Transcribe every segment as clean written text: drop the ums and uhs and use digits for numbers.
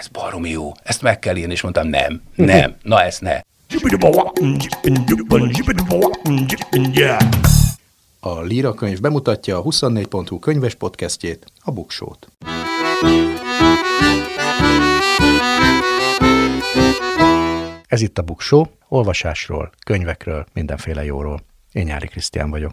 ez baromi jó, ezt meg kell írni, és mondtam, nem, na ezt ne. A Líra könyv bemutatja a 24.hu könyves podcastjét, a Buksót. Ez itt a Buksó, olvasásról, könyvekről, mindenféle jóról. Én Nyári Krisztián vagyok.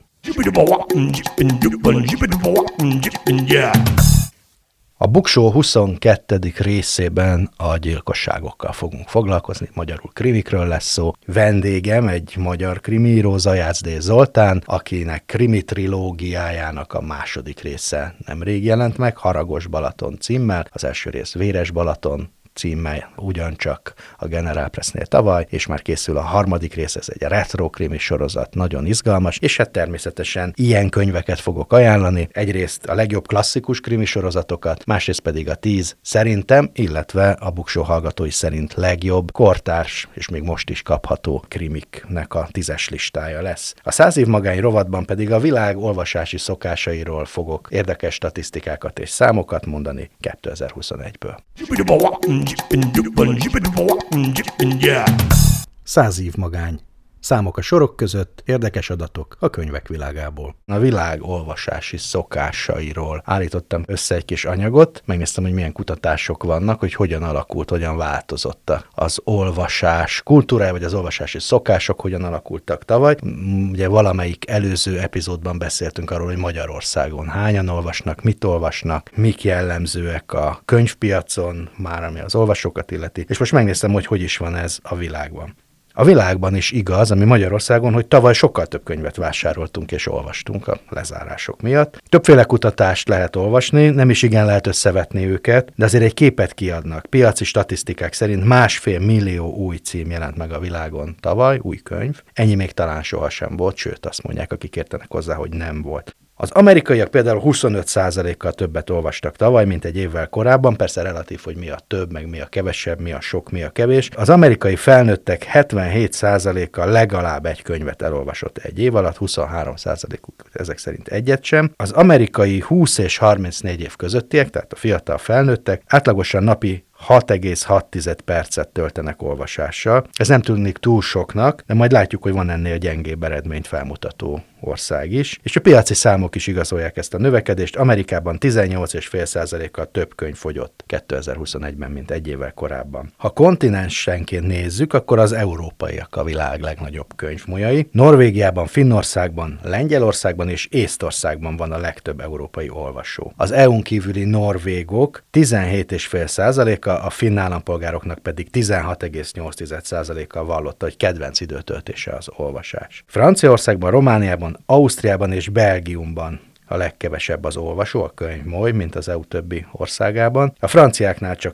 A Buksó 22. részében a gyilkosságokkal fogunk foglalkozni, magyarul krimikről lesz szó. Vendégem egy magyar krimiíró, Zajács D. Zoltán, akinek krimi trilógiájának a második része nemrég jelent meg, Haragos Balaton címmel, az első rész Véres Balaton címmel ugyancsak a Generál Pressnél tavaly, és már készül a harmadik rész, ez egy retro krimi sorozat, nagyon izgalmas, és hát természetesen ilyen könyveket fogok ajánlani. Egyrészt a legjobb klasszikus krimi sorozatokat, másrészt pedig a 10 szerintem, illetve a Buksó hallgatói szerint legjobb kortárs, és még most is kapható krimiknek a 10-es listája lesz. A 100 év magány rovatban pedig a világ olvasási szokásairól fogok érdekes statisztikákat és számokat mondani 2021-ből. 100 év magány. Számok a sorok között, érdekes adatok a könyvek világából. A világ olvasási szokásairól állítottam össze egy kis anyagot, megnéztem, hogy milyen kutatások vannak, hogy hogyan alakult, hogyan változott az olvasás kultúrája, vagy az olvasási szokások hogyan alakultak tavaly. Ugye valamelyik előző epizódban beszéltünk arról, hogy Magyarországon hányan olvasnak, mit olvasnak, mik jellemzőek a könyvpiacon, már ami az olvasókat illeti, és most megnéztem, hogy is van ez a világban. A világban is igaz, ami Magyarországon, hogy tavaly sokkal több könyvet vásároltunk és olvastunk a lezárások miatt. Többféle kutatást lehet olvasni, nem is igen lehet összevetni őket, de azért egy képet kiadnak. Piaci statisztikák szerint 1,5 millió új cím jelent meg a világon tavaly, új könyv. Ennyi még talán sohasem volt, sőt azt mondják, akik értenek hozzá, hogy nem volt. Az amerikaiak például 25%-kal többet olvastak tavaly, mint egy évvel korábban, persze relatív, hogy mi a több, meg mi a kevesebb, mi a sok, mi a kevés. Az amerikai felnőttek 77%-kal legalább egy könyvet elolvasott egy év alatt, 23%-uk ezek szerint egyet sem. Az amerikai 20 és 34 év közöttiek, tehát a fiatal felnőttek átlagosan napi 6,6 percet töltenek olvasással. Ez nem tűnik túl soknak, de majd látjuk, hogy van ennél gyengébb eredményt felmutató ország is. És a piaci számok is igazolják ezt a növekedést. Amerikában 18,5%-kal több könyv fogyott 2021-ben, mint egy évvel korábban. Ha kontinensenként nézzük, akkor az európaiak a világ legnagyobb könyvmolyai. Norvégiában, Finnországban, Lengyelországban és Észtországban van a legtöbb európai olvasó. Az EU-n kívüli norvégok 17,5%-a, a finn állampolgároknak pedig 16,8%-kal vallotta, hogy kedvenc időtöltése az olvasás. Franciaországban, Romániában, Ausztriában és Belgiumban a legkevesebb az olvasó, a könyvmoly, mint az EU többi országában. A franciáknál csak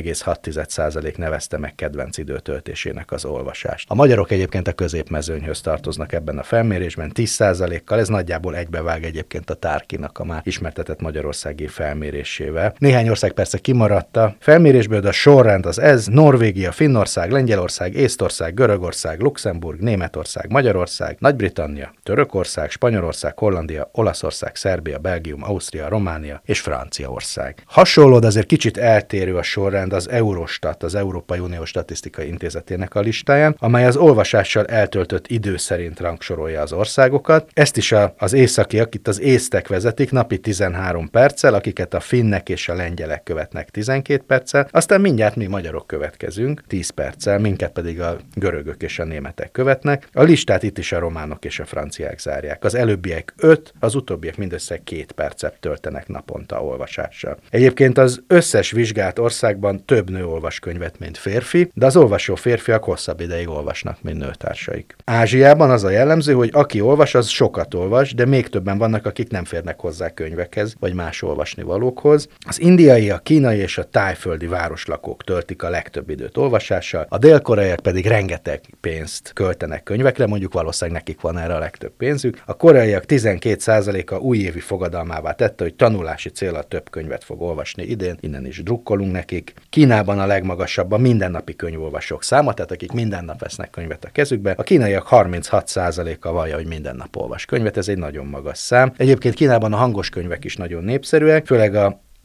2,6% nevezte meg kedvenc időtöltésének az olvasást. A magyarok egyébként a középmezőnyhöz tartoznak ebben a felmérésben 10%-kal, ez nagyjából egybevág egyébként a Tárkinak a már ismertetett magyarországi felmérésével. Néhány ország persze kimaradt a felmérésből, de a sorrend az ez: Norvégia, Finnország, Lengyelország, Észtország, Görögország, Luxemburg, Németország, Magyarország, Nagy-Britannia, Törökország, Spanyolország, Hollandia, Olaszország, Szerbia, Belgium, Ausztria, Románia és Franciaország. Hasonló, de azért kicsit eltérő a sorrend az Eurostat, az Európai Unió Statisztikai Intézetének a listáján, amely az olvasással eltöltött idő szerint rangsorolja az országokat. Ezt is az északiak, itt az észtek vezetik napi 13 perccel, akiket a finnek és a lengyelek követnek 12 perccel, aztán mindjárt mi magyarok következünk 10 perccel, minket pedig a görögök és a németek követnek. A listát itt is a románok és a franciák zárják. Az előbbiek 5, az utóbbiak mindössze 2 percet töltenek naponta olvasással. Egyébként az összes vizsgált országban több nő olvas könyvet, mint férfi, de az olvasó férfiak hosszabb ideig olvasnak, mint nőtársaik. Ázsiában az a jellemző, hogy aki olvas, az sokat olvas, de még többen vannak, akik nem férnek hozzá könyvekhez, vagy más olvasnivalókhoz. Az indiai, a kínai és a tájföldi városlakók töltik a legtöbb időt olvasással, a dél-koreaiak pedig rengeteg pénzt költenek könyvekre, mondjuk valószínűleg nekik van erre a legtöbb pénzük. A koreaiak 12%-a újévi fogadalmává tette, hogy tanulási céllal több könyvet fog olvasni idén, innen is drukkolunk nekik. Kínában a legmagasabb a mindennapi könyvolvasók száma, tehát akik minden nap vesznek könyvet a kezükbe. A kínaiak 36%-a vallja, hogy minden nap olvas könyvet, ez egy nagyon magas szám. Egyébként Kínában a hangos könyvek is nagyon népszerűek, főleg a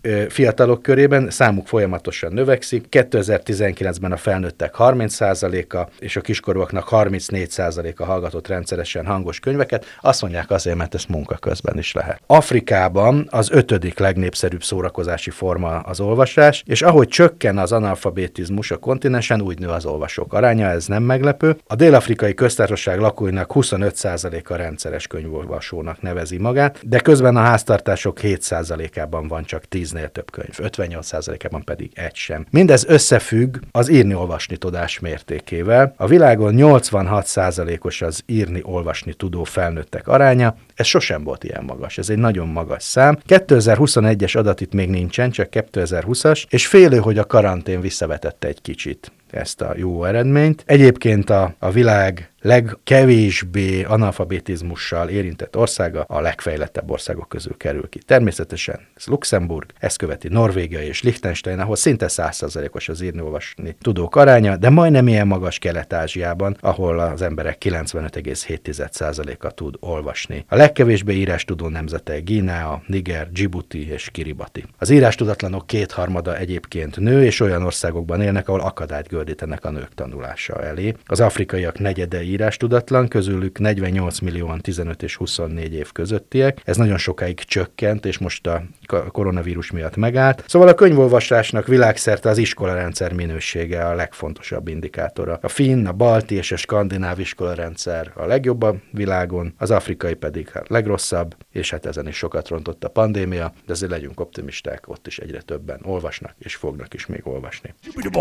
fiatalok körében, számuk folyamatosan növekszik. 2019-ben a felnőttek 30%-a és a kiskorúaknak 34%-a hallgatott rendszeresen hangos könyveket. Azt mondják azért, mert ezt munka közben is lehet. Afrikában az 5. legnépszerűbb szórakozási forma az olvasás, és ahogy csökken az analfabetizmus a kontinensen, úgy nő az olvasók aránya, ez nem meglepő. A Dél-afrikai Köztársaság lakóinak 25%-a rendszeres könyvolvasónak nevezi magát, de közben a háztartások 7%-ában van csak 10-nél több könyv, 58%-ában pedig egy sem. Mindez összefügg az írni-olvasni tudás mértékével. A világon 86%-os az írni-olvasni tudó felnőttek aránya, ez sosem volt ilyen magas, ez egy nagyon magas szám. 2021-es adat itt még nincsen, csak 2020-as, és félő, hogy a karantén visszavetette egy kicsit ezt a jó eredményt. Egyébként a világ legkevésbé analfabetizmussal érintett országa a legfejlettebb országok közül kerül ki. Természetesen ez Luxemburg, ezt követi Norvégia és Liechtenstein, ahol szinte 100%-os az írni-olvasni tudók aránya, de majdnem ilyen magas Kelet-Ázsiában, ahol az emberek 95,7%-a tud olvasni. A legkevésbé írástudó nemzetek Guinea, Niger, Djibouti és Kiribati. Az írástudatlanok 2/3 egyébként nő, és olyan országokban élnek, ahol akadályt gördítenek a nők tanulása elé. Az afrikaiak negyede írástudatlan, közülük 48 millióan 15 és 24 év közöttiek. Ez nagyon sokáig csökkent, és most a koronavírus miatt megállt. Szóval a könyvolvasásnak világszerte az iskolarendszer minősége a legfontosabb indikátora. A finn, a balti és a skandináv iskolarendszer a legjobb a világon, az afrikai pedig a legrosszabb, és hát ezen is sokat rontott a pandémia, de azért legyünk optimisták, ott is egyre többen olvasnak, és fognak is még olvasni.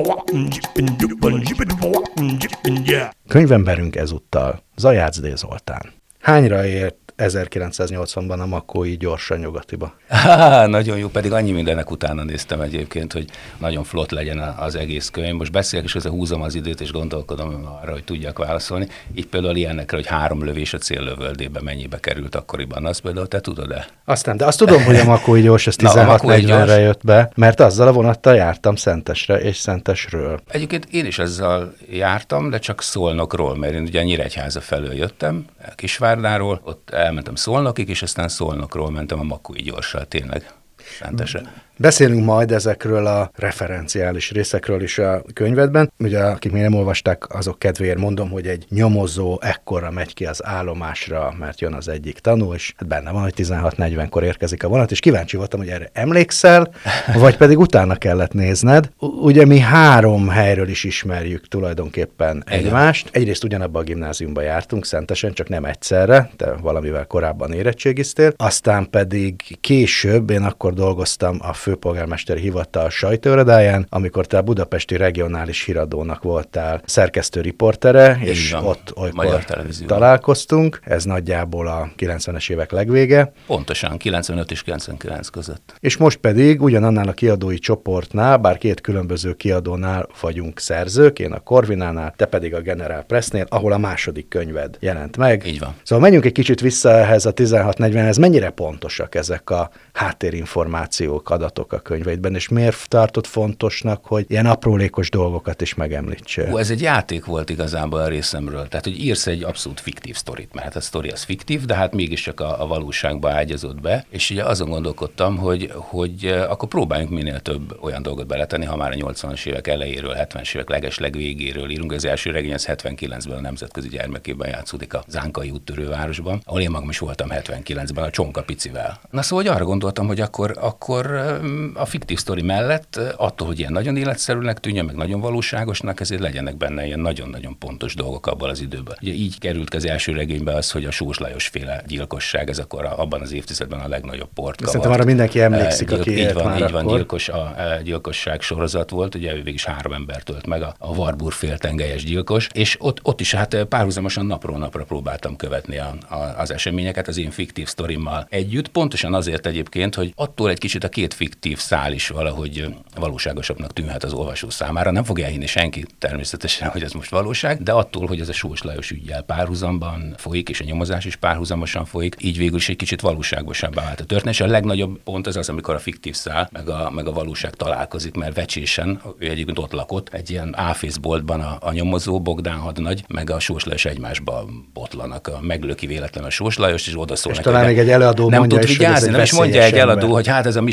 Könyvemberünk ezúttal Zajács D. Zoltán. Hányra ért 1980-ban a Makói gyorsan nyugatiba? Nagyon jó, pedig annyi mindenek utána néztem egyébként, hogy nagyon flott legyen az egész könyv. Most beszélek, és ezzel húzom az időt, és gondolkodom arra, hogy tudjak válaszolni. Így például ilyenekre, hogy 3 lövés a céllövöldébe mennyibe került akkoriban. Azt például te tudod-e? Aztán, de azt tudom, hogy a Makói gyors, ez 16:40-re jött be, mert azzal a vonattal jártam Szentesre és Szentesről. Egyébként én is ezzel jártam, de csak Szolnokról, mert én ugye Nyíregyháza felől jöttem, Kisvárdáról, ott elmentem Szolnokig, és aztán Szolnokról mentem a Makói gyorssal, tényleg Szentesre. Beszélünk majd ezekről a referenciális részekről is a könyvedben. Ugye, akik még nem olvasták, azok kedvéért mondom, hogy egy nyomozó ekkorra megy ki az állomásra, mert jön az egyik tanú, és hát benne van, hogy 16:40-kor érkezik a vonat, és kíváncsi voltam, hogy erre emlékszel, vagy pedig utána kellett nézned. Ugye mi 3 helyről is ismerjük tulajdonképpen egymást. Egyrészt ugyanabban a gimnáziumba jártunk, Szentesen, csak nem egyszerre, te valamivel korábban érettségiztél. Aztán pedig később, én akkor dolgoztam a főpolgármesteri hivatal sajtóirodáján, amikor te a budapesti regionális híradónak voltál szerkesztő riportere, és ott olykor találkoztunk. Ez nagyjából a 90-es évek legvége. Pontosan, 95 és 99 között. És most pedig ugyanannál a kiadói csoportnál, bár 2 különböző kiadónál vagyunk szerzők, én a Corvinánál, te pedig a General Pressnél, ahol a második könyved jelent meg. Így van. Szóval menjünk egy kicsit vissza ehhez a 16:40-hez. Mennyire pontosak ezek a háttérinformációk, adatok a könyveidben, és miért tartott fontosnak, hogy ilyen aprólékos dolgokat is megemlítsél? Ez egy játék volt igazából a részemről. Tehát, hogy írsz egy abszolút fiktív sztorit, mert hát a sztori az fiktív, de hát mégiscsak a valóságba ágyazott be, és ugye azon gondolkodtam, hogy akkor próbáljunk minél több olyan dolgot beletenni, ha már a 80-as évek elejéről, 70-es évek legesleg végéről írunk. Az első regény az 79-ben a Nemzetközi Gyermekében játszódik a Zánkai úttörővárosban, ahol én magam is voltam 79-ben a Csonka picivel. Na szóval, hogy arra gondoltam, hogy akkor a fiktív sztori mellett, attól, hogy ilyen nagyon életszerűnek tűnjön, meg nagyon valóságosnak, ezért legyenek benne ilyen nagyon-nagyon pontos dolgok abban az időben. Ugye így került az első regénybe az, hogy a Sós Lajos féle gyilkosság, ez akkor abban az évtizedben a legnagyobb port kavart. Szerintem arra mindenki emlékszik, aki élt már akkor. Így van, gyilkosság sorozat volt, ugye ő végig is 3 embert ölt meg, a Warburg féltengelyes gyilkos, és ott is hát párhuzamosan napról napra próbáltam követni az eseményeket az én fiktív sztorimmal együtt, pontosan azért egyébként, hogy attól egy kicsit a 2 fiktív szál is valahogy valóságosabbnak tűnhet az olvasó számára. Nem fogja elhinni senki természetesen, hogy ez most valóság, de attól, hogy ez a Sós Lajos üggyel párhuzamban folyik, és a nyomozás is párhuzamosan folyik, így végül is egy kicsit valóságosabbá vált a történet. És a legnagyobb pont az, amikor a fiktív szál meg a valóság találkozik, mert Vecsésen, ő egyébként ott lakott, egy ilyen áfészboltban a nyomozó, Bogdán hadnagy, meg a Sós Lajos egymásba botlanak, meglöki véletlen a Sós Lajos, és odaszól neki. És talán még egy eladó nem mondja tud vigyázni, nem is mondja egy eladó, hogy hát ez a mi Sós Lajos,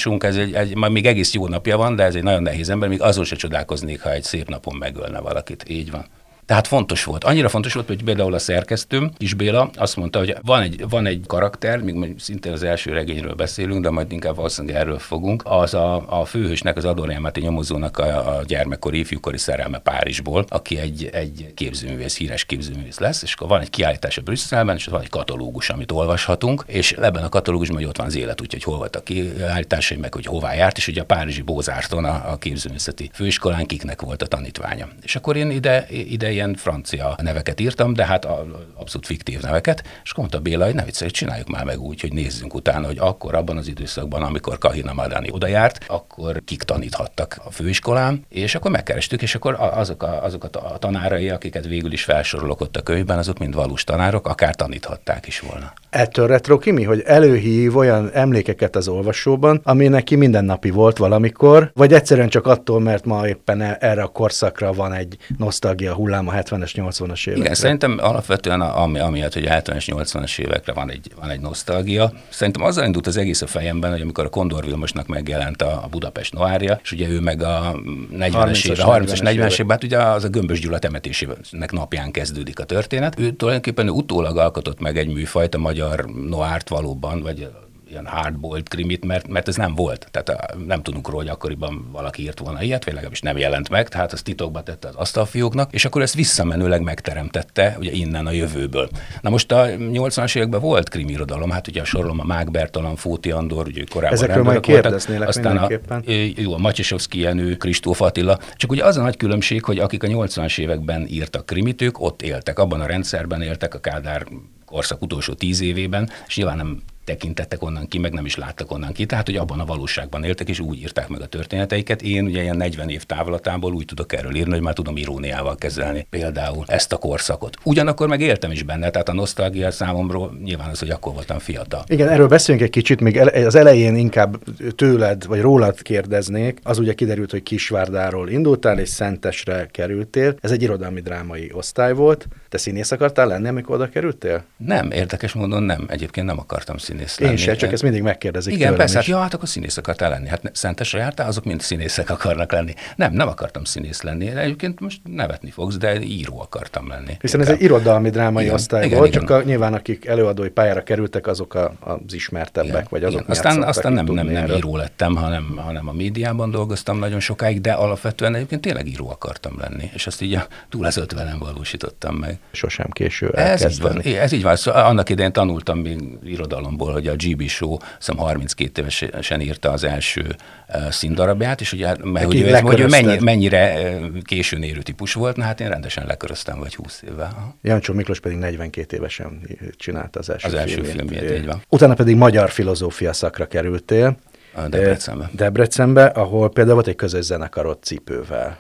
főállásunk, majd még egész jó napja van, de ez egy nagyon nehéz ember, még azon se csodálkoznék, ha egy szép napon megölne valakit. Így van. Tehát fontos volt. Annyira fontos volt, hogy például a szerkesztőm, Kis Béla, azt mondta, hogy van egy karakter, még szintén az első regényről beszélünk, de majd inkább valószínűleg erről fogunk, az a főhősnek, az Adorján nyomozónak a gyermekkori, ifjúkori szerelme Párizsból, aki egy képzőművész, híres képzőművész lesz, és akkor van egy kiállítás a Brüsszelben, és van egy katalógus, amit olvashatunk, és ebben a katalógusban hogy ott van az élet, úgyhogy hol volt a kiállításai, meg hogy hová járt, és ugye a párizsi Beaux-Arts-on a képzőművészeti főiskolán kiknek volt a tanítványa. És akkor én ide ilyen francia neveket írtam, de hát abszolút fiktív neveket, és mondta Béla, hogy ne viccelj, csináljuk már meg úgy, hogy nézzünk utána, hogy akkor abban az időszakban, amikor Kahina Madani odajárt, akkor kik taníthattak a főiskolán, és akkor megkerestük, és akkor azok a tanárai, akiket végül is felsorolok ott a könyvben, azok mind valós tanárok, akár taníthatták is volna. Ettől retro Kimi, hogy előhív olyan emlékeket az olvasóban, ami neki mindennapi volt valamikor, vagy egyszerűen csak attól, mert ma éppen erre a korszakra van egy nosztalgia hullám a 70-es, 80-as évekre. Igen, szerintem alapvetően amiatt, hogy a 70-es, 80-as évekre van egy nosztalgia. Szerintem azzal indult az egész a fejemben, hogy amikor a Kondor Vilmosnak megjelent a Budapest Noárja, és ugye ő meg a 40-es évek, 30-as, 40-es évek, hát ugye az a Gömbös Gyula temetésének napján kezdődik a történet. Ő tulajdonképpen utólag alkotott meg egy műfajt, a magyar noárt valóban, vagy ilyen hardboiled krimit, mert ez nem volt. Tehát nem tudunk róla, hogy akkoriban valaki írt volna ilyet, vagy legalábbis nem jelent meg, tehát az titokba tette az asztalfióknak, és akkor ezt visszamenőleg megteremtette, ugye innen a jövőből. Na most a 80-as években volt krimirodalom, hát ugye sorolom a Mák Bertalan, Fóti Andor, ugye korábban ezekről majd kérdeznélek mindenképpen. A Macsesovszky Jenő, Kristóf Attila. Csak ugye az a nagy különbség, hogy akik a 80-as években írtak krimit, ők ott éltek, abban a rendszerben éltek a Kádár korszak utolsó 10 évében, és nyilván nem tekintettek onnan ki, meg nem is láttak onnan ki, tehát hogy abban a valóságban éltek, és úgy írták meg a történeteiket. Én ugye ilyen 40 év távlatából úgy tudok erről írni, hogy már tudom iróniával kezelni például ezt a korszakot. Ugyanakkor meg éltem is benne, tehát a nosztalgia számomra nyilván az, hogy akkor voltam fiatal. Igen, erről beszéljünk egy kicsit, még az elején inkább tőled vagy rólad kérdeznék. Az ugye kiderült, hogy Kisvárdáról indultál, és Szentesre kerültél. Ez egy irodalmi drámai osztály volt. Te színész akartál lenni, amikor oda kerültél? Nem, érdekes módon nem. Egyébként nem akartam színész lenni. Én sem, csak ezt mindig megkérdezik. Igen, persze, hát akkor színész akartál lenni. Hát Szentesre jártál, azok mind színészek akarnak lenni. Nem akartam színész lenni. Egyébként most nevetni fogsz, de író akartam lenni. Hiszen ez egy irodalmi drámai osztály volt, csak nyilván akik előadói pályára kerültek, azok az ismertebbek, vagy azok aztán nem író lettem, hanem a médiában dolgoztam nagyon sokáig, de alapvetően egyébként tényleg író akartam lenni. És azt így túl az 50-en valósítottam meg. Sosem késő elkezdeni. Ez így van. Szóval annak idején tanultam még irodalomból, hogy a GB Show 32 évesen írta az első színdarabját, és ugye, hogy ő mennyire későn érő típus volt, na hát én rendesen leköröztem, vagy 20 évvel. Jancsó Miklós pedig 42 évesen csinálta az első filmjét. Így van. Utána pedig magyar filozófia szakra kerültél. Debrecenbe, ahol például volt egy közös zenekarod Cipővel,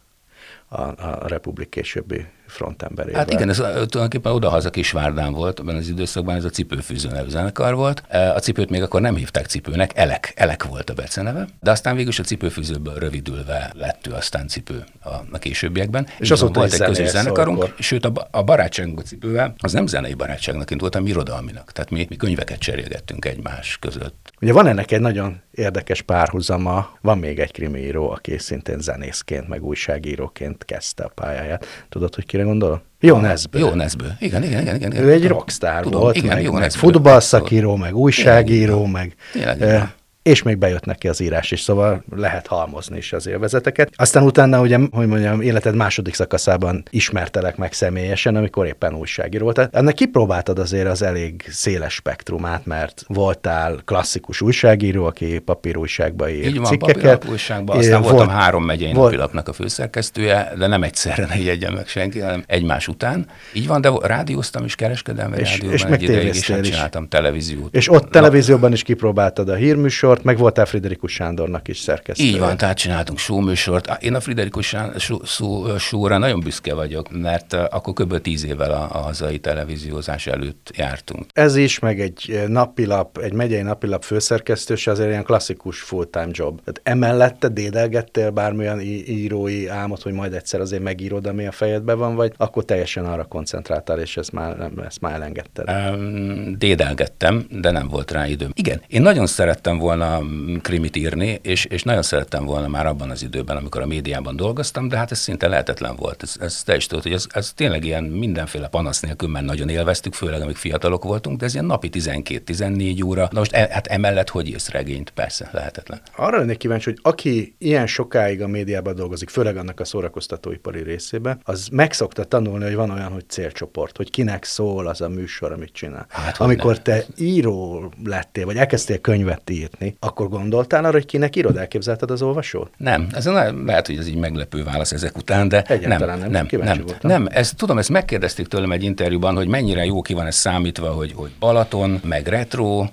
a Republik későbbi frontemberével. Hát igen, ez tulajdonképpen odahaza Kisvárdán volt, abban az időszakban ez a Cipőfűző nevű zenekar volt. A Cipőt még akkor nem hívták Cipőnek, Elek volt a beceneve, de aztán végül is a Cipőfűzőből rövidülve lett ő aztán Cipő a későbbiekben. És azóta volt egy közös zenekarunk, sőt a barátságunk a Cipővel az nem zenei barátságnak indult, hanem irodalminak. Tehát mi könyveket cserélgettünk egymás között. Ugye van ennek egy nagyon érdekes párhuzama, van még egy krimiíró, aki szintén zenészként, meg újságíróként kezdte a pályáját. Tudod, hogy kire gondol? Jó Nesbő. Igen. Ő egy rockstar volt, meg futballszakíró, meg újságíró, meg... És még bejött neki az írás is, szóval lehet halmozni is az élvezeteket. Aztán utána, ugye, hogy mondjam, életed második szakaszában ismertelek meg személyesen, amikor éppen újságíró volt. Ennek kipróbáltad azért az elég széles spektrumát, mert voltál klasszikus újságíró, aki papírújságba ír cikkeket. Így van, papírújságban, aztán voltam 3 megyei napilapnak a főszerkesztője, de nem egyszerre ne jegyen meg senki, hanem egymás után. Így van, de rádióztam is, kereskedelmi rádióban és meg tévéztél is. Csináltam televíziót. És ott televízióban is kipróbáltad a hírműsor, meg voltál Friderikus Sándornak is szerkesztő. Így van, tehát csináltunk showműsort. Én a Friderikus showra nagyon büszke vagyok, mert akkor kb. 10 évvel a hazai televíziózás előtt jártunk. Ez is, meg egy napilap, egy megyei napilap főszerkesztőse azért ilyen klasszikus full-time job. Tehát emellett te dédelgettél bármilyen írói álmot, hogy majd egyszer azért megírod, ami a fejedben van, vagy akkor teljesen arra koncentráltál, és ezt már elengedted? Dédelgettem, de nem volt rá időm. Igen, én nagyon szerettem volna volna krimit írni, és nagyon szerettem volna már abban az időben, amikor a médiában dolgoztam, de hát ez szinte lehetetlen volt. Ez te is tudod, hogy ez tényleg ilyen mindenféle panasz nélkül, mert nagyon élveztük, főleg amíg fiatalok voltunk, de ez ilyen napi 12-14 óra. Na most hát emellett hogy írsz regényt? Persze, lehetetlen. Arra lennék kíváncsi, hogy aki ilyen sokáig a médiában dolgozik, főleg annak a szórakoztatóipari részében, az megszokta tanulni, hogy van olyan, hogy célcsoport, hogy kinek szól az a műsor, amit csinál. Hát, amikor te író lettél, vagy elkezdtél könyvet írni, akkor gondoltál arra, hogy kinek írod? Elképzelted az olvasót? Nem, ez lehet, hogy ez így meglepő válasz ezek után, de egyáltalán nem. Ezt megkérdezték tőlem egy interjúban, hogy mennyire jó ki van ez számítva, hogy Balaton, meg retro,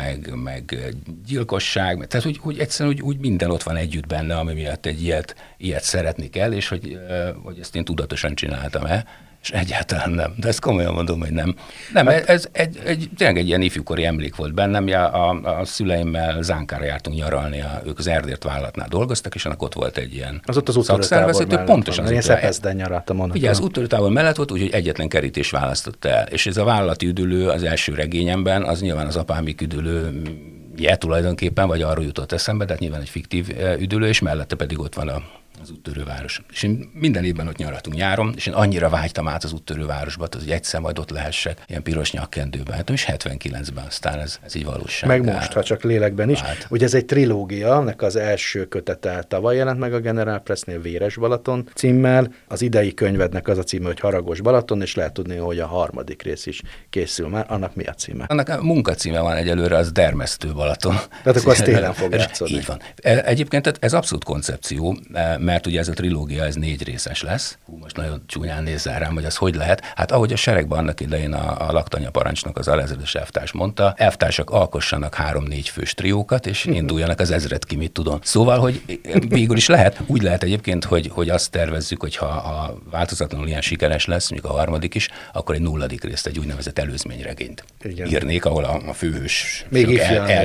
meg gyilkosság, tehát hogy egyszerűen úgy minden ott van együtt benne, ami miatt egy ilyet szeretni kell, és hogy ezt én tudatosan csináltam-e, és egyáltalán nem. De ezt komolyan mondom, hogy nem. Nem, ez tényleg egy ilyen ifjúkori emlék volt bennem. A szüleimmel Zánkára jártunk nyaralni, ők az Erdért vállalatnál dolgoztak, és annak ott volt egy ilyen az ott az úttörőtábor pontosan mellett. Én Szepezden nyaraltam onnan. Ugye az úttörőtábor mellett volt, úgyhogy egyetlen kerítés választotta el. És ez a vállalati üdülő az első regényemben, az nyilván az apámik üdülő tulajdonképpen, vagy arról jutott eszembe, de hát nyilván egy fiktív üdülő, és mellette pedig ott van az úttörőváros. És én minden évben ott nyaraltunk nyáron, és én annyira vágytam át az úttörővárosba, hogy egyszer majd ott lehessek, ilyen piros nyakkendőben. Hát és 79-ben aztán ez így valóság. Meg most, ha csak lélekben is. Hát. Ugye ez egy trilógia, ennek az első kötete tavaly jelent meg a General Pressnél, Véres Balaton címmel. Az idei könyvednek az a címe, hogy Haragos Balaton, és lehet tudni, hogy a harmadik rész is készül már. Annak mi a címe? Annak a munkacíme van egyelőre, az Dermesztő Balaton. Tehát akkor azt télen fog játszódni. Így van. Egyébként ez abszolút koncepció, mert ugye ez a trilógia, ez 4 részes lesz. Most nagyon csúnyán nézzel rám, hogy az hogy lehet. Hát ahogy a seregben annak idején a laktanya parancsnok, az alezredes elvtárs mondta, elvtársak alkossanak 3-4 fős triókat, és induljanak az ezred ki, mit tudom. Szóval, hogy végül is lehet, úgy lehet egyébként, hogy azt tervezzük, hogy ha változatlanul ilyen sikeres lesz, mondjuk a harmadik is, akkor egy 0. részt, egy úgynevezett előzményregényt írnék, ahol a főhős még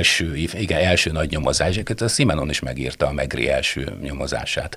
első nagy nyomozás. A Simenon is megírta a Megri első nyomozását.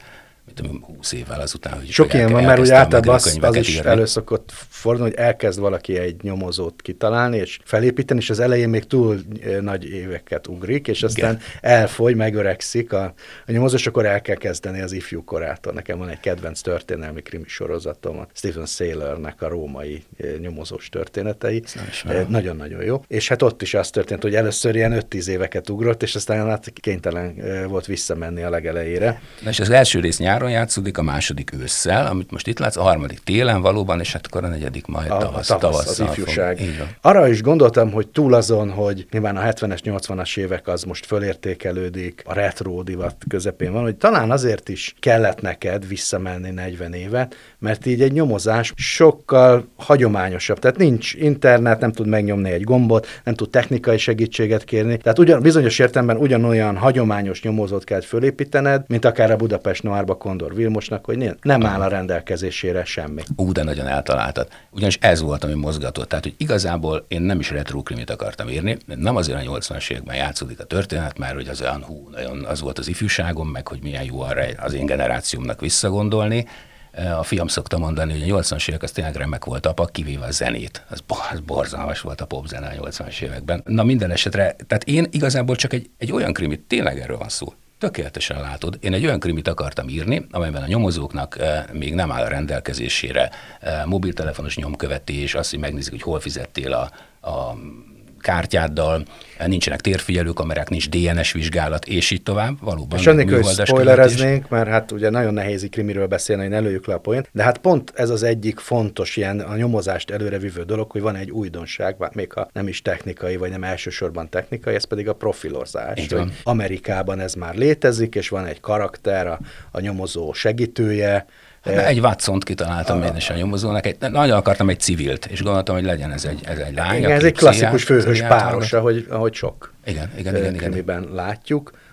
20 évvel azután, hogy sok ilyen van, mert ugye általában az is előszokott fordulni, hogy elkezd valaki egy nyomozót kitalálni, és felépíteni, és az elején még túl nagy éveket ugrik, és aztán elfogy, megöregszik a nyomozó, és akkor el kell kezdeni az ifjú korától. Nekem van egy kedvenc történelmi krimi sorozatom, a Stephen Saylornek a római nyomozós történetei. Nagyon-nagyon jó. És hát ott is az történt, hogy először ilyen 5-10 éveket ugrott, és aztán hát kénytelen volt visszamenni a legelejére. Na és az első rész nyáron játszódik, a második ősszel, amit most itt látsz, a harmadik télen valóban, és hát akkor a negyedik majd tavasszal az ifjúság. Arra is gondoltam, hogy túl azon, hogy nyilván a 70-es, 80-as évek az most fölértékelődik, a retro divat közepén van, hogy talán azért is kellett neked visszamenni 40 évet, mert így egy nyomozás sokkal hagyományosabb. Tehát nincs internet, nem tud megnyomni egy gombot, nem tud technikai segítséget kérni. Tehát bizonyos értelemben ugyanolyan hagyományos nyomozót kell fölépítened, mint akár a Budapest Noirba Kondor Vilmosnak, hogy nem áll a rendelkezésére semmi. De nagyon eltaláltad. Ugyanis ez volt, ami mozgatott. Tehát, hogy igazából én nem is retro-krimit akartam írni, nem azért a 80-as években játszódik a történet, mert hogy az olyan nagyon az volt az ifjúságom, meg hogy milyen jó arra az én generációmnak visszagondolni. A fiam szokta mondani, hogy a 80-as évek az tényleg remek volt apa, kivéve a zenét. Az borzalmas volt a popzene a 80-as években. Na minden esetre, tehát én igazából csak egy olyan krimit, tényleg erről van szó. Tökéletesen látod. Én egy olyan krimit akartam írni, amelyben a nyomozóknak még nem áll a rendelkezésére mobiltelefonos nyomkövetés, azt, hogy megnézik, hogy hol fizettél a kártyáddal, nincsenek térfigyelő kamerák, nincs DNS vizsgálat, és így tovább. Valóban. És annélkül, hogy spoilereznénk, mert hát ugye nagyon nehéz krimiről beszélni, hogy ne lőjük le a poént, de hát pont ez az egyik fontos ilyen a nyomozást előrevívő dolog, hogy van egy újdonság, még ha nem is technikai, vagy nem elsősorban technikai, ez pedig a profilozás. Amerikában ez már létezik, és van egy karakter, a nyomozó segítője. Egy Watsont kitaláltam én is a nyomozónak. Nagyon akartam egy civilt, és gondoltam, hogy legyen ez egy lány. Igen, ez egy klasszikus főhős páros, ahogy sok igen. krimiben látjuk.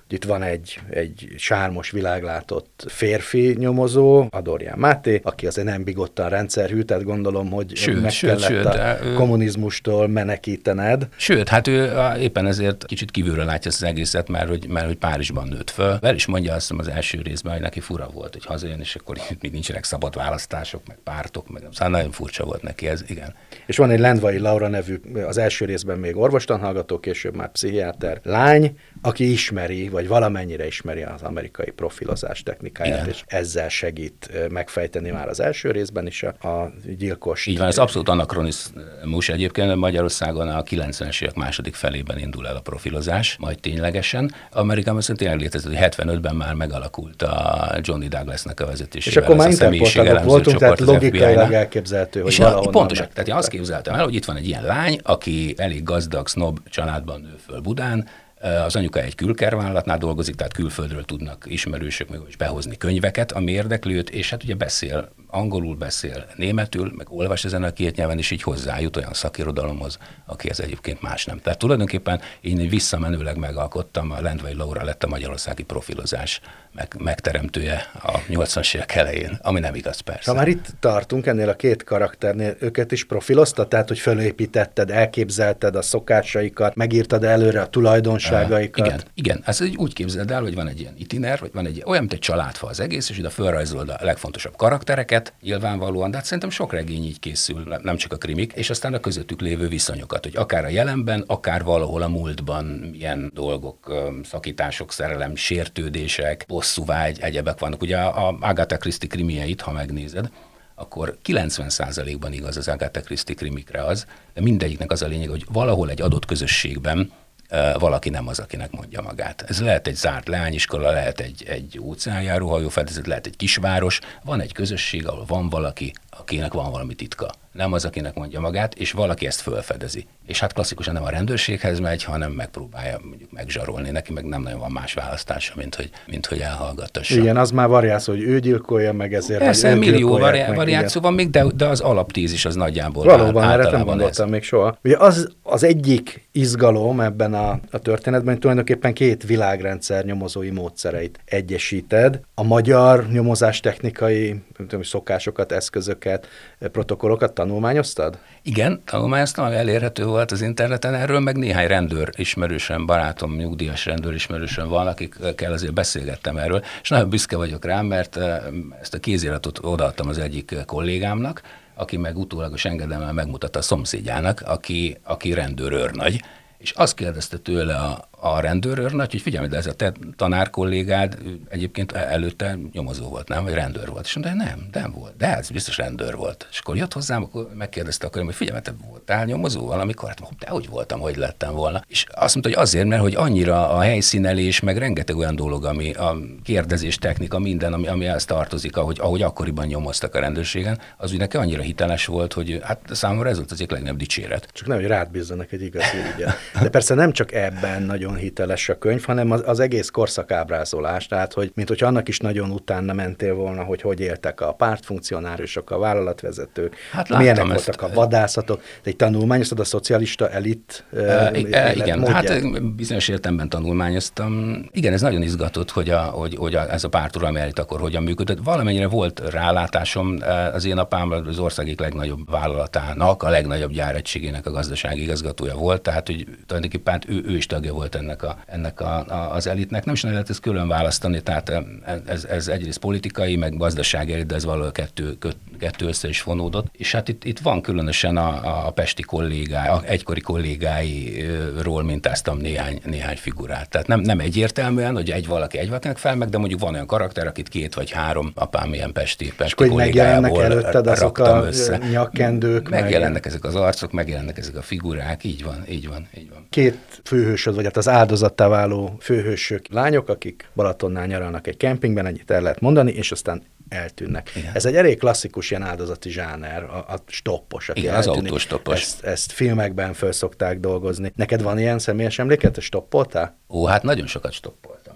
Itt van egy sármos, világlátott férfi nyomozó, Adorján Máté, aki azért nem bigottan rendszerhű, tehát gondolom, hogy meg kellett a kommunizmustól menekítened. Sőt, hát ő éppen ezért kicsit kívülről látja ezt az egészet, mert hogy Párizsban nőtt föl. El is mondja azt hiszem az első részben, hogy neki fura volt, hogy hazajön, és akkor még nincsenek szabad választások, meg pártok, meg szóval nagyon furcsa volt neki ez, igen. És van egy Lendvai Laura nevű, az első részben még orvostanhallgató, később már pszichiáter lány, aki ismeri, vagy valamennyire ismeri az amerikai profilozás technikáját, igen. És ezzel segít megfejteni már az első részben is a gyilkost. Így van, ez abszolút anakronizmus egyébként, Magyarországon a 90-es évek második felében indul el a profilozás, majd ténylegesen. Amerikában szerintem tényleg létezett, hogy 75-ben már megalakult a Johnny Douglasnak a vezetésével. És akkor már interportálok voltunk, tehát logikailag elképzelhető, hogy valahonnan. Pontosan, tehát én azt képzeltem el, hogy itt van egy ilyen lány, aki elég gazdag, sznob családban nő föl Budán, az anyuka egy külkervállalatnál dolgozik, tehát külföldről tudnak ismerősök meg is behozni könyveket, ami érdekli őt, és hát ugye beszél angolul, beszél németül, meg olvas ezen a két nyelven, és így hozzájut olyan szakirodalomhoz, aki ez egyébként más nem. Tehát tulajdonképpen én visszamenőleg megalkottam, a Lendvai Laura lett a magyarországi profilozás megteremtője a 80-as évek elején, ami nem igaz persze. Ha már itt tartunk ennél a két karakternél, őket is profiloztad, tehát hogy fölépítetted, elképzelted a szokásaikat, megírtad előre a tulajdonságaikat. Igen, ezt úgy képzeld el, hogy van egy ilyen itiner, vagy van egy olyan, mint egy családfa az egész, és ide fölrajzolod a legfontosabb karaktereket, nyilvánvalóan, de hát szerintem sok regény így készül, nem csak a krimik, és aztán a közöttük lévő viszonyokat, hogy akár a jelenben, akár valahol a múltban milyen dolgok, szakítások, szerelem, sértődések, bosszúvágy, egyebek vannak. Ugye a Agatha Christie krimieit, ha megnézed, akkor 90%-ban igaz az Agatha Christie krimikre az, de mindegyiknek az a lényeg, hogy valahol egy adott közösségben valaki nem az, akinek mondja magát. Ez lehet egy zárt leányiskola, lehet egy óceánjáró hajófedezet, lehet egy kisváros, van egy közösség, ahol van valaki, akinek van valami titka. Nem az, akinek mondja magát, és valaki ezt fölfedezi. És hát klasszikusan nem a rendőrséghez megy, hanem megpróbálja mondjuk megzsarolni. Neki meg nem nagyon van más választása, mint hogy elhallgatassa. Igen, az már variáció, hogy ő gyilkolja meg ezért. Persze millió variáció van még, de az alaptézis az nagyjából valóban, erre nem gondoltam még soha. Ugye az egyik izgalom ebben a történetben, hogy tulajdonképpen két világrendszer nyomozói módszereit egyesíted. A magyar nyomozás technikai szokásokat, eszközöket, protokollokat tanulmányoztad? Igen, tanulmányoztam, ami elérhető volt az interneten, erről meg néhány rendőr ismerősöm, barátom, nyugdíjas rendőr ismerősöm van, akikkel azért beszélgettem erről, és nagyon büszke vagyok rám, mert ezt a kéziratot odaadtam az egyik kollégámnak, aki meg utólagos engedelemmel megmutatta a szomszédjának, aki rendőrőrnagy, és azt kérdezte tőle a rendőrőrnagy, hogy figyelj, de ez a te tanárkollégád egyébként előtte nyomozó volt, nem? Vagy rendőr volt. És mondta, nem volt. De ez biztos rendőr volt. És akkor jött hozzám, akkor megkérdezte akkor, hogy figyelj, te voltál nyomozó valamikor? Hát de úgy voltam, hogy lettem volna. És azt mondta, hogy azért, mert hogy annyira a helyszínelés, meg rengeteg olyan dolog, ami a kérdezés technika, minden, ami ezt tartozik, ahogy akkoriban nyomoztak a rendőrségen, az úgy neki annyira hiteles volt, hogy hát számomra ez volt az egyik legnagyobb dicséret. Csak nem, hogy rád bízzanak egy igazi ügyet. De persze nem csak ebben nagyon hiteles a könyv, hanem az egész korszakábrázolás, tehát hogy hogyha annak is nagyon utána mentél volna, hogy éltek a pártfunkcionáriusok, a vállalatvezetők, hát milyenek voltak a vadászatok, egy tanulmányoztad a szocialista elit igen, hát bizonyos értelemben tanulmányoztam. Igen, ez nagyon izgatott, hogy ez a párturalmi elit akkor hogyan működött. Valamennyire volt rálátásom, az én apám az ország egyik legnagyobb vállalatának, a legnagyobb gyáregységének a gazdasági igazgatója volt, tehát hogy tulajdonképpen ő is tagja volt ennek az elitnek. Nem is lehet ezt külön választani, tehát ez egyrészt politikai, meg gazdasági elit, de ez valahol kettő össze is fonódott. És hát itt van különösen a pesti egykori kollégáiról mintáztam néhány figurát. Tehát nem egyértelműen, hogy valakinek fel meg, de mondjuk van olyan karakter, akit 2 vagy 3 apám ilyen pesti kollégájából raktam össze. Nyakkendők. Megjelennek ezek az arcok, megjelennek ezek a figurák, így van. Két főhősöd, vagy hát az áldozattá váló főhősök lányok, akik Balatonnál nyaralnak egy kempingben, ennyit el lehet mondani, és aztán eltűnnek. Igen. Ez egy elég klasszikus ilyen áldozati zsáner, a stoppos, aki igen, eltűnik. Az autóstoppos. Ezt filmekben föl szokták dolgozni. Neked van ilyen személyes emléket, te stoppoltál? Hát nagyon sokat stoppoltam.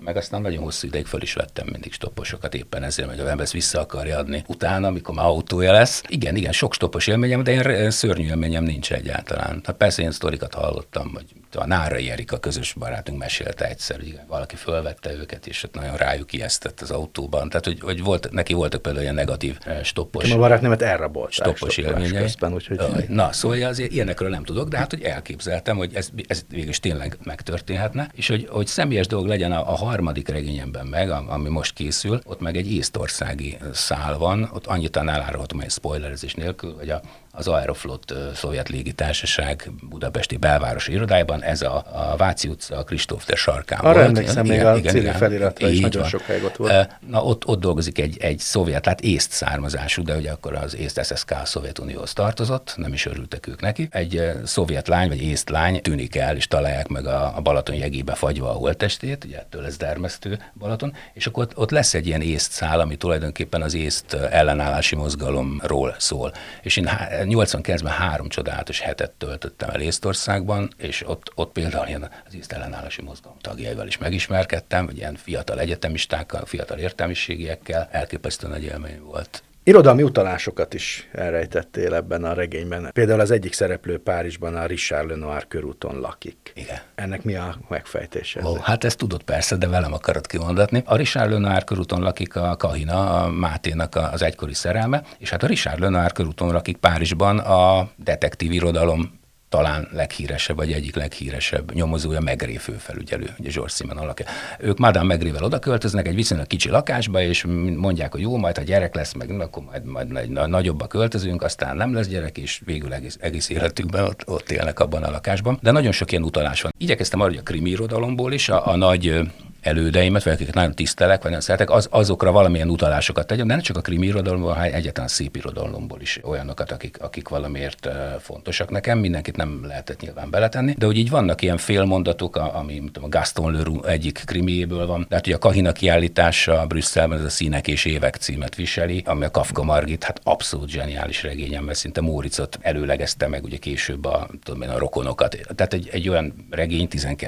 meg aztán nagyon hosszú ideig föl is vettem mindig stopposokat éppen ezért, hogy az ember ezt vissza akarja adni utána, amikor már autója lesz. Igen, sok stoppos élményem, de én szörnyű élményem nincs egyáltalán. Hát persze én sztorikat hallottam, hogy a Nárai Erika közös barátunk mesélte egyszer, hogy igen, valaki fölvette őket, és ott nagyon rájuk ijesztett az autóban. Tehát, hogy neki voltak például ilyen negatív stoppos. A barátnőmet elrabolták stoppos élményei. Közben, úgyhogy... Na, szóval azért ilyenekről nem tudok, de hát, hogy elképzeltem, hogy ez végülis tényleg megtörténhetne, és hogy személyes dolog legyen a harmadik regényemben meg, ami most készül, ott meg egy észtországi szál van, ott annyit elárulhatom, egy spoilerezés nélkül, hogy az Aeroflot szovjet légitársaság budapesti belvárosi irodájában, ez a Váci utca a Kristóf tér sarkán arra volt. emlékszem, még a civil feliratra is nagyon sokáig ott volt. Na, ott dolgozik egy szovjet, tehát észt származású, de ugye akkor az észt SSK a Szovjetunióhoz tartozott, nem is örültek ők neki. Egy szovjet lány, vagy észt lány tűnik el, és találják meg a Balaton jegébe fagyva a holttestét, ugye ettől lesz dermesztő Balaton, és akkor ott lesz egy ilyen észt szál, ami tulajdonképpen az észt ellenállási mozgalomról szól. És én 89-ben 3 csodálatos hetet töltöttem el Észtországban, és ott például ilyen az észt ellenállási mozgalom tagjaival is megismerkedtem, vagy ilyen fiatal egyetemistákkal, fiatal értelmiségiekkel, elképesztő nagy élmény volt. Irodalmi utalásokat is elrejtettél ebben a regényben. Például az egyik szereplő Párizsban a Richard Lenoir körúton lakik. Igen. Ennek mi a megfejtése? Hát ezt tudod persze, de velem akarod kimondatni. A Richard Lenoir körúton lakik a Kahina, a Máténak az egykori szerelme, és hát a Richard Lenoir körúton lakik Párizsban a detektív irodalom talán leghíresebb, vagy egyik leghíresebb nyomozója, Maigret főfelügyelő, ugye Georges Simenon alakja. Ők Madame Maigretvel oda költöznek egy viszonylag kicsi lakásba, és mondják, hogy jó, majd ha gyerek lesz, meg akkor majd nagyobbba költözünk, aztán nem lesz gyerek, és végül egész életükben ott élnek abban a lakásban. De nagyon sok ilyen utalás van. Igyekeztem arra, hogy a krimi irodalomból is a nagy elődeimet, vagy akiket nagyon tisztelek, vagy nagyon szeretek, azokra valamilyen utalásokat tegyem, de nem csak a krimi irodalomból, hanem egyáltalán szép irodalomból is olyanokat, akik valamiért fontosak nekem. Mindenkit nem lehetett nyilván beletenni, de hogy így vannak ilyen félmondatok, ami a Gaston Leroux egyik krimiéből van. Tehát, hogy a Kahina kiállítása Brüsszelben ez a Színek és évek címet viseli, ami a Kafka Margit, hát abszolút zseniális regényem, mert szinte Móriczot előlegezte meg ugye később a rokonokat. Tehát egy olyan regény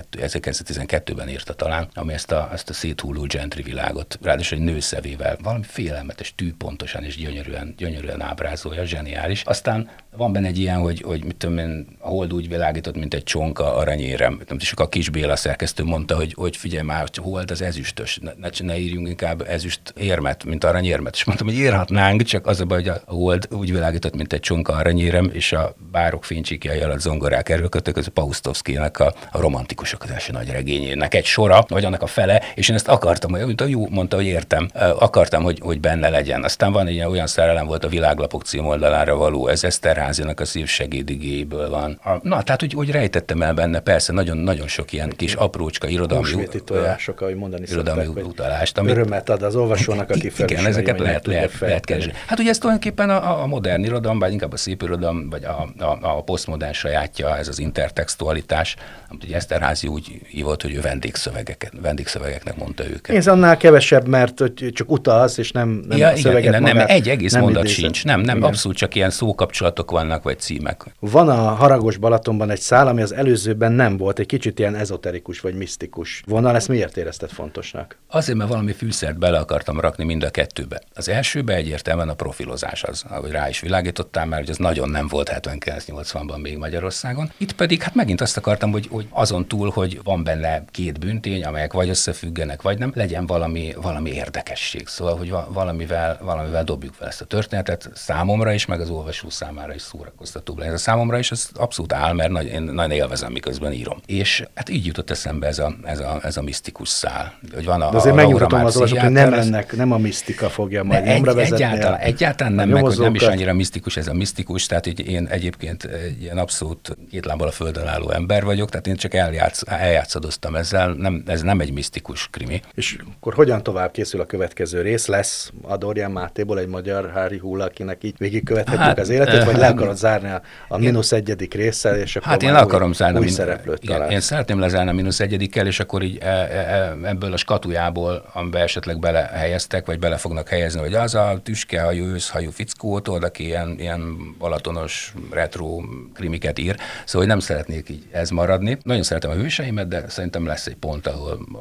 1912-ben írta talán, ami ezt a széthulló gentry világot, ráadásul egy nő szevével, valami félelmetes, tűpontosan és gyönyörűen ábrázolja, zseniális. Aztán van benne egy ilyen, hogy mit tudom én, a hold úgy világított, mint egy csonka aranyérem. És akkor a Kis Béla szerkesztő mondta, hogy figyelj már, hogy hold az ezüstös, ne írjunk inkább ezüst érmet, mint aranyérmet. És mondtam, hogy írhatnánk, csak az a baj, hogy a hold úgy világított, mint egy csonka aranyérem, és a bárok fénycsíkjai alatt zongorák erőkötök, ez a Paustovszkinak a romantikusok az első nagy regényének egy sora, vagy annak a fele, és én ezt akartam, hogy jó, mondta, hogy értem, akartam, hogy benne legyen. Aztán van egy olyan szerelem volt a Világlapok címoldalára való, ez Eszterházynak a Szívsegédigéből van. Na, tehát úgy rejtettem el benne, persze, nagyon sok ilyen kis aprócska irodalmi tojások, ahogy mondani irodalmi utalást. Örömet ad az olvasónak, aki felismeri. Igen, ezeket lehet keresni. Hát ugye ez tulajdonképpen a modern irodalom, vagy inkább a szép irodalom, vagy a posztmodern sajátja, ez az intertextualitás, amit ugye Eszterházy úgy hívott, hogy ő vendégszövegeknek mondta őket. Ez annál kevesebb, mert csak utalsz, és nem a szöveget nem, egy egész nem mondat sincs. Nem, abszolút csak ilyen szókapcsolatok vannak, vagy címek. Van a Haragos Balatonban egy szál, ami az előzőben nem volt, egy kicsit ilyen ezoterikus, vagy misztikus vonal. Ezt miért érezted fontosnak? Azért, mert valami fűszert bele akartam rakni mind a kettőbe. Az elsőbe egyértelműen a profilozás az, ahogy rá is világítottál már, hogy az nagyon nem volt 79-80-ban még Magyarországon. Itt pedig hát megint azt akartam, hogy azon túl, hogy van benne két bűntény, amelyek vagy összefüggenek, vagy nem, legyen valami érdekesség. Szóval, hogy valamivel dobjuk fel ezt a történetet számomra is, meg az olvasó számára is szórakoztatóbb legyen. Ez a számomra is az abszolút áll, mert én nagyon élvezem, miközben írom. És hát így jutott eszembe ez a misztikus szál. Hogy van de azért megnyugtatom az olvasót, hogy nem a misztika fogja majd nyomra vezetni. Egyáltalán nem, meg hogy nem is annyira misztikus ez a misztikus, tehát hogy én egyébként egy ilyen abszolút két lábbal a földön álló ember vagyok, tehát én csak eljátszadoztam ezzel, ez nem egy misztikus krimi. És akkor hogyan tovább készül a következő rész? Lesz Adorján Mátéból egy magyar Harry Hull, akinek így végigkövethetjük az életét, vagy le akarod zárni a -1. résszel, és akkor én le akarom zárni új szereplőt találsz. Én szeretném lezárni a -1-kel, és akkor így ebből a skatujából, amiben esetleg belehelyeztek, vagy bele fognak helyezni, hogy az a tüskehajú, őszhajú fickót, aki ilyen balatonos retro krimiket ír, szóval nem szeretnék így ez maradni. Nagyon szeretem a hőseimet, de szerintem lesz egy pont, ahol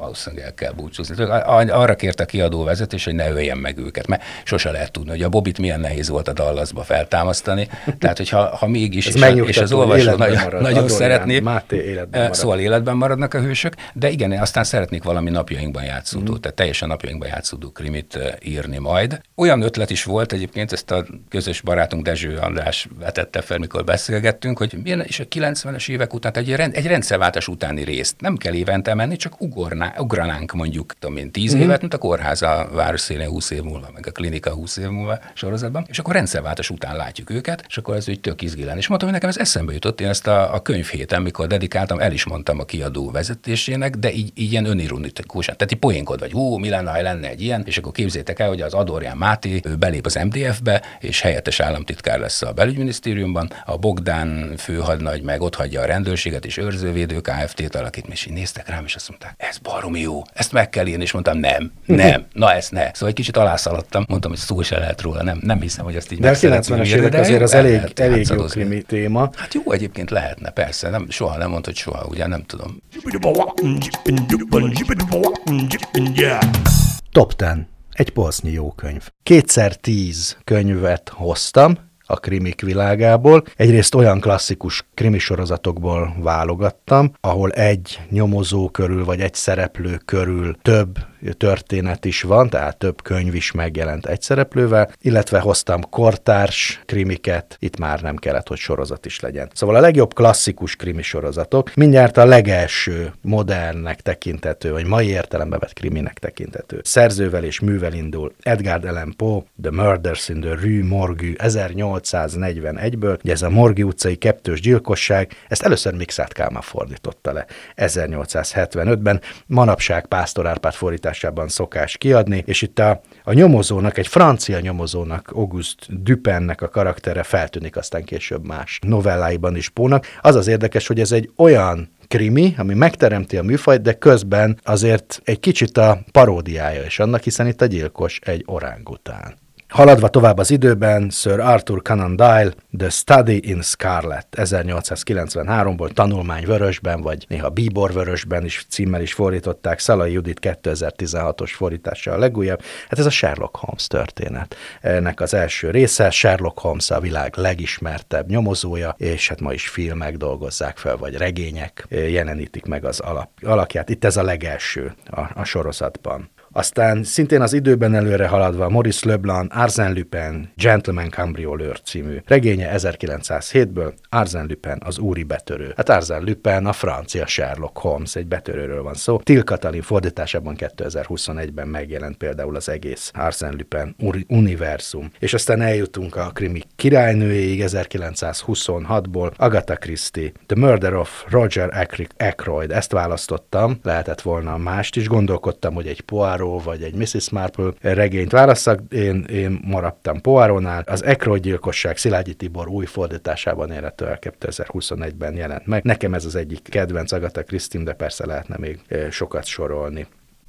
valószínűleg el kell búcsúzni. Arra kért a kiadó vezetés, hogy ne öljen meg őket, mert sose lehet tudni, hogy a Bobit milyen nehéz volt a Dallasba feltámasztani. Tehát, hogyha mégis, és az olvasó nagyon szeretné, szóval életben maradnak a hősök, de igen, aztán szeretnék valami napjainkban játszódó, tehát teljesen napjainkban játszódó krimit írni majd. Olyan ötlet is volt egyébként, ezt a közös barátunk Dezső András vetette fel, mikor beszélgettünk, hogy milyen is a 90-es évek után, tehát egy rendszerváltás utáni részt nem kell évente menni, csak ugranánk mondjuk, tudom én, 10 évet, mint a kórház a város szélén 20 év múlva, meg a klinika 20 év múlva sorozatban, és akkor rendszerváltás után látjuk őket, és akkor ez úgy tök izgi lenne. És mondtam, hogy nekem ez eszembe jutott, én ezt a könyvhéten, mikor dedikáltam, el is mondtam a kiadó vezetésének, de így ilyen önironikus, tehát így poénkod vagy, mi lenne, ha lenne egy ilyen, és akkor képzétek el, hogy az Adorján Máté belép az MDF-be, és helyettes államtitkár lesz a belügyminisztériumban, a Bogdán főhadnagy meg ott hagyja a rendőrséget és őrzővédő Kft-t alakít, és így néztek rám, és azt mondták, ez baromi jó, ezt meg kell írni, és mondtam, nem, na ezt ne. Szóval egy kicsit alászaladtam, mondtam, hogy szó se lehet róla, nem hiszem, hogy ezt így de meg szeretném írni. De azért az elég jó krimi téma. Hát jó, egyébként lehetne, persze, soha nem mondta, hogy soha, ugye nem tudom. Top 10. Egy polsznyi jó könyv. 2x10 könyvet hoztam a krimik világából. Egyrészt olyan klasszikus krimisorozatokból válogattam, ahol egy nyomozó körül, vagy egy szereplő körül több történet is van, tehát több könyv is megjelent egy szereplővel, illetve hoztam kortárs krimiket, itt már nem kellett, hogy sorozat is legyen. Szóval a legjobb klasszikus krimi sorozatok, mindjárt a legelső modernnek tekinthető, vagy mai értelembe vett kriminek tekinthető. Szerzővel és művel indul Edgar Allan Poe, The Murders in the Rue Morgue 1841-ből, ugye ez a Morgue utcai kettős gyilkosság, ezt először Mikszáth Kálmán fordította le 1875-ben, manapság Pásztor Árpád fordításában szokás kiadni, és itt a nyomozónak, egy francia nyomozónak, Auguste Dupinnek a karaktere feltűnik aztán később más novelláiban is Poe-nak. Az az érdekes, hogy ez egy olyan krimi, ami megteremti a műfajt, de közben azért egy kicsit a paródiája is annak, hiszen itt a gyilkos egy orángután. Haladva tovább az időben, Sir Arthur Conan Doyle, The Study in Scarlet, 1893-ból Tanulmány vörösben, vagy néha Bíbor vörösben is címmel is fordították, Szalai Judit 2016-os fordítása a legújabb. Hát ez a Sherlock Holmes történet. Ennek az első része, Sherlock Holmes a világ legismertebb nyomozója, és hát ma is filmek dolgozzák fel, vagy regények jelenítik meg az alakját. Itt ez a legelső a sorozatban. Aztán szintén az időben előre haladva Maurice Leblanc Arsène Lupin Gentleman Cambrioleur című regénye 1907-ből, Arsène Lupin az úri betörő. Hát Arsène Lupin a francia Sherlock Holmes, egy betörőről van szó. Till Katalin fordításában 2021-ben megjelent például az egész Arsène Lupin univerzum. És aztán eljutunk a krimi királynőjéig 1926-ból, Agatha Christie, The Murder of Roger Ackroyd. Ezt választottam, lehetett volna mást is, gondolkodtam, hogy egy Poirot vagy egy Mrs. Marple regényt válasszak, én maradtam Poirónál. Az Ackroyd gyilkosság Szilágyi Tibor új fordításában érhető el 2021-ben jelent meg. Nekem ez az egyik kedvenc Agatha Christie, de persze lehetne még sokat sorolni.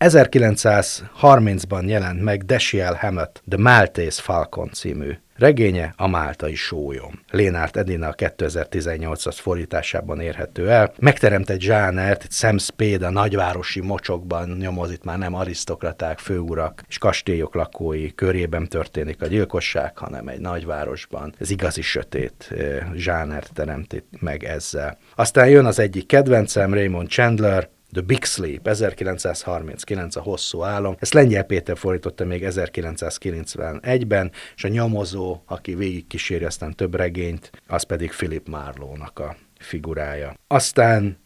1930-ban jelent meg Dashiell Hammett The Maltese Falcon című regénye, a máltai sólyom. Lénárt Edina a 2018-as fordításában érhető el. Megteremt egy zsánert, itt Sam Spade a nagyvárosi mocsokban nyomoz, itt már nem arisztokraták, főurak és kastélyok lakói körében történik a gyilkosság, hanem egy nagyvárosban. Ez igazi sötét zsánert teremt meg ezzel. Aztán jön az egyik kedvencem, Raymond Chandler, The Big Sleep, 1939, a hosszú álom. Ezt Lengyel Péter fordította még 1991-ben, és a nyomozó, aki végigkíséri aztán több regényt, az pedig Philip Marlowe-nak a figurája. Aztán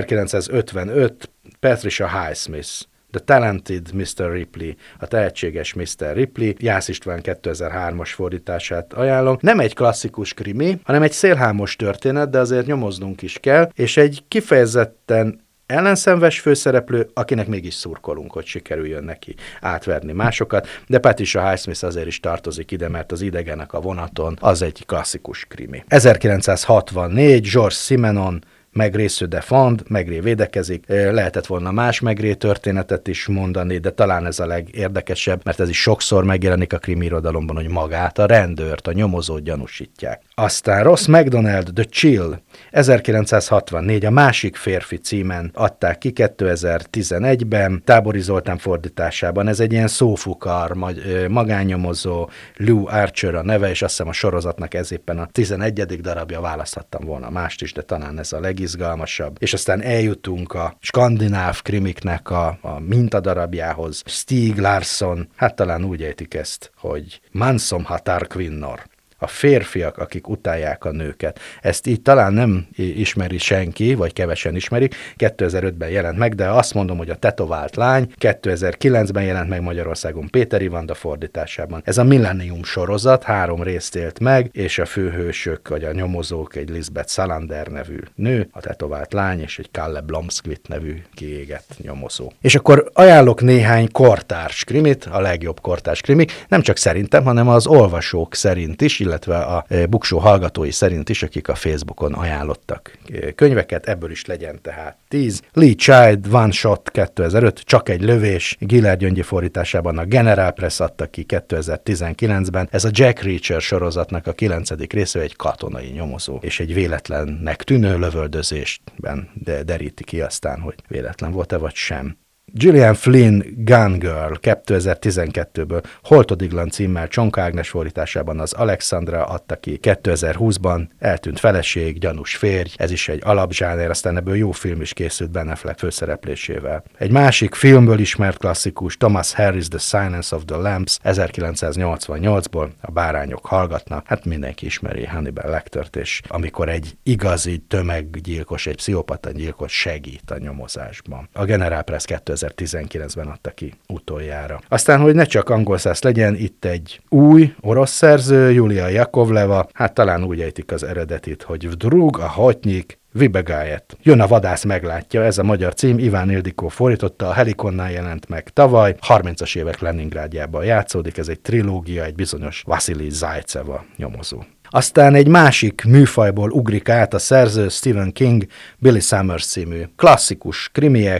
1955, Patricia Highsmith, The Talented Mr. Ripley, a tehetséges Mr. Ripley, Jász István 2003-as fordítását ajánlom. Nem egy klasszikus krimi, hanem egy szélhámos történet, de azért nyomoznunk is kell, és egy kifejezetten ellenszenves főszereplő, akinek mégis szurkolunk, hogy sikerüljön neki átverni másokat, de Patricia Highsmith azért is tartozik ide, mert az Idegenek a vonaton az egy klasszikus krimi. 1964, Georges Simenon, Maigret se défend, Maigret védekezik. Lehetett volna más Maigret történetet is mondani, de talán ez a legérdekesebb, mert ez is sokszor megjelenik a krimi irodalomban, hogy magát, a rendőrt, a nyomozót gyanúsítják. Aztán Ross MacDonald, The Chill, 1964, a Másik férfi címen adták ki 2011-ben, Tábori Zoltán fordításában. Ez egy ilyen szófukar, magánnyomozó, Lou Archer a neve, és azt hiszem a sorozatnak ez éppen a 11. darabja, választhattam volna mást is, de talán ez a legizgalmasabb. És aztán eljutunk a skandináv krimiknek a mintadarabjához, Stieg Larsson, hát talán úgy ejtik ezt, hogy Mansom Hatar Kvinnor. A férfiak, akik utálják a nőket. Ezt így talán nem ismeri senki, vagy kevesen ismerik. 2005-ben jelent meg, de azt mondom, hogy a Tetovált lány 2009-ben jelent meg Magyarországon Péter Ivanda fordításában. Ez a Millennium sorozat 3 részt élt meg, és a főhősök, vagy a nyomozók egy Lisbeth Salander nevű nő, a Tetovált lány, és egy Kalle Blomqvist nevű kiégett nyomozó. És akkor ajánlok néhány kortárs krimit, a legjobb kortárs krimik, nem csak szerintem, hanem az olvasók szerint is, illetve a Buksó hallgatói szerint is, akik a Facebookon ajánlottak könyveket, ebből is legyen tehát 10. Lee Child, One Shot 2005, Csak egy lövés, Giller Gyöngyi fordításában a General Press adta ki 2019-ben. Ez a Jack Reacher sorozatnak a 9. része, egy katonai nyomozó, és egy véletlennek tűnő lövöldözésben deríti ki aztán, hogy véletlen volt-e vagy sem. Gillian Flynn, Gun Girl 2012-ből, Holtodiglan címmel Csonka Ágnes fordításában az Alexandra adta ki 2020-ban, Eltűnt feleség, Gyanús férj, ez is egy alapzsáner, aztán ebből jó film is készült Ben Affleck főszereplésével. Egy másik filmből ismert klasszikus, Thomas Harris The Silence of the Lambs 1988-ból, A bárányok hallgatnak, hát mindenki ismeri Hannibal Lectert, és amikor egy igazi tömeggyilkos, egy pszichopata gyilkos segít a nyomozásban. A General Press 2019-ben adta ki utoljára. Aztán, hogy ne csak angol száz legyen, itt egy új orosz szerző, Julia Jakovleva, hát talán úgy ejtik az eredetit, hogy Vdrug a hotnyik, Vibegájet. Jön a vadász, meglátja, ez a magyar cím, Iván Ildikó fordította, a Helikonnál jelent meg tavaly, 30-as évek Leningrádjában játszódik, ez egy trilógia, egy bizonyos Vasili Zajceva nyomozó. Aztán egy másik műfajból ugrik át a szerző, Stephen King, Billy Summers című klasszikus krimie,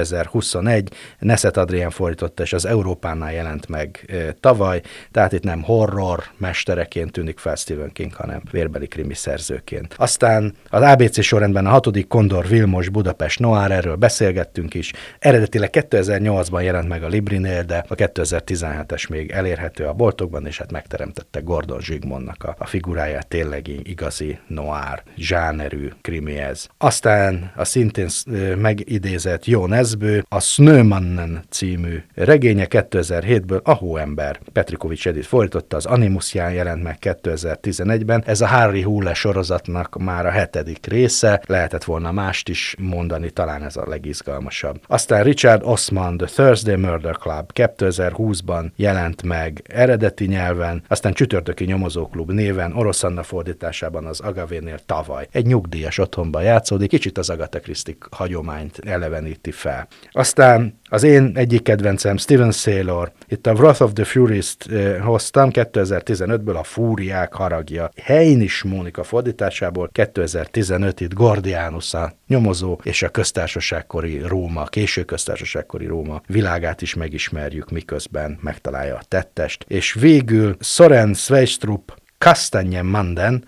2021, Neset Adrián fordította, és az Európánál jelent meg tavaly, tehát itt nem horror mestereként tűnik fel Stephen King, hanem vérbeli krimi szerzőként. Aztán az ABC sorrendben a 6. Kondor Vilmos Budapest Noir, erről beszélgettünk is, eredetileg 2008-ban jelent meg a Librinél, de a 2017-es még elérhető a boltokban, és hát megteremtette Gordon Zsigmondnak a figuráját, tényleg igazi noir zsánerű krimi ez. Aztán a szintén megidézett Jó Nesbő, a Snömannen című regénye 2007-ből, A hóember. Petrikovics Edith fordította, az Animusján jelent meg 2011-ben. Ez a Harry Hole sorozatnak már a 7. része, lehetett volna mást is mondani, talán ez a legizgalmasabb. Aztán Richard Osman, The Thursday Murder Club 2020-ban jelent meg eredeti nyelven, aztán Csütörtöki nyomozóklub néven Orosz Anna fordításában az Agavénél tavaly. Egy nyugdíjas otthonban játszódik, kicsit az Agatha Christie hagyományt eleveníti fel. Aztán az én egyik kedvencem Steven Saylor, itt a Wrath of the Furies-t hoztam 2015-ből, a Fúriák haragja. Heinis Mónika fordításából 2015 itt Gordianus a nyomozó, és a köztársaságkori Róma, késő köztársaságkori Róma világát is megismerjük, miközben megtalálja a tettest. És végül Soren Sveistrup, Kastanyen Manden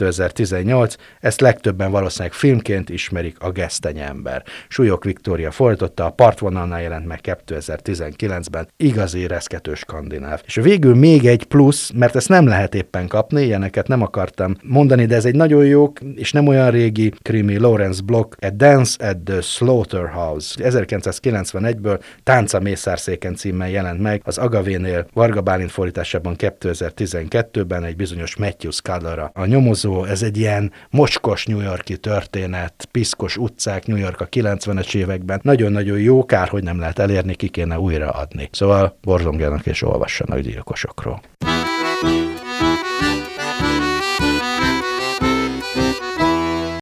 2018, ezt legtöbben valószínűleg filmként ismerik, a Geszteny ember. Súlyog Viktória fordította, a Partvonalnál jelent meg 2019-ben, igazi reszkető skandináv. És végül még egy plusz, mert ezt nem lehet éppen kapni, ilyeneket nem akartam mondani, de ez egy nagyon jó és nem olyan régi krimi, Lawrence Block, A Dance at the Slaughterhouse. 1991-ből Tánca Mészárszéken címmel jelent meg, az Agavénél Varga Bálint fordításában 2012-ben egy bizonyos Matthew Scudder a nyomozó. Ez egy ilyen mocskos New York-i történet, piszkos utcák New York a 90-es években. Nagyon-nagyon jó, kár, hogy nem lehet elérni, ki kéne újra adni. Szóval borzongjanak és olvassanak gyilkosokról.